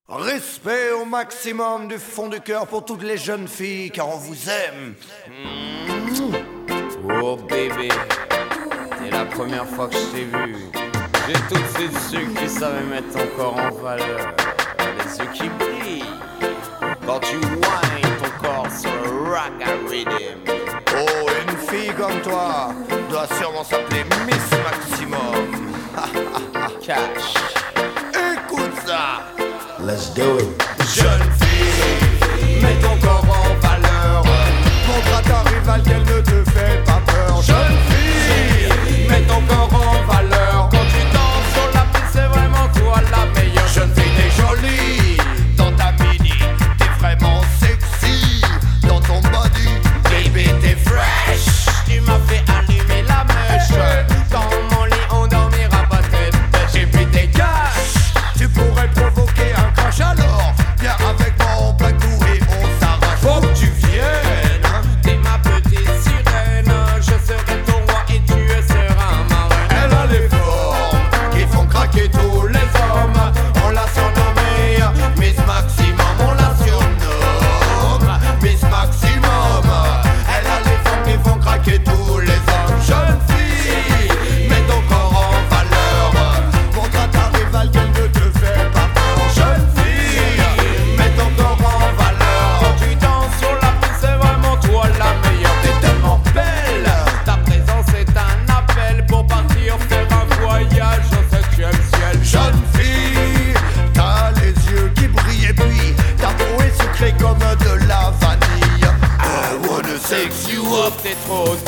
Respect au maximum du fond du cœur pour toutes les jeunes filles, car on vous aime. Oh bébé, c'est la première fois que je t'ai vu. J'ai tout de suite su que tu savais mettre ton corps en valeur. Les yeux qui brillent quand tu whines ton corps sur le rock à rhythm. Oh, une fille comme toi doit sûrement s'appeler Miss Maximum. Cash. Écoute ça. Let's do it. Jeune fille, mets ton corps en valeur. Montre à ta rivale qu'elle ne te fait pas peur. Jeune fille, mets ton corps en valeur. Quand tu danses sur la piste, c'est vraiment toi la meilleure. Jeune fille, t'es jolie. Dans ta mini, t'es vraiment sexy. Dans ton body, baby, t'es fresh. Tu m'as fait allumer la mèche. Dans mon lit, on dormira pas tête bêche. Et puis t'es cash. Tu pourrais provoquer un crash alors. Viens avec moi, on plaque tout et on s'arrache. Faut que tu viennes. T'es ma petite sirène. Je serai ton roi et tu seras ma reine. Elle a les formes qui font craquer tous les hommes. On l'a surnommée Miss Maximum. On la surnomme Miss Maximum. Elle a les formes qui font craquer tous les hommes. Jeune fille, mets ton corps en valeur. Montre à ta rivale qu'elle ne te fait pas peur. Jeune fille, mets ton corps en valeur. Quand tu danses sur la piste, c'est vraiment toi la meilleure. T'es tellement belle. Ta présence est un appel pour partir faire un voyage au 7e ciel. Jeune fille, t'as les yeux qui brillent et puis ta peau est sucrée comme de la vanille. I wanna sex you up. T'es trop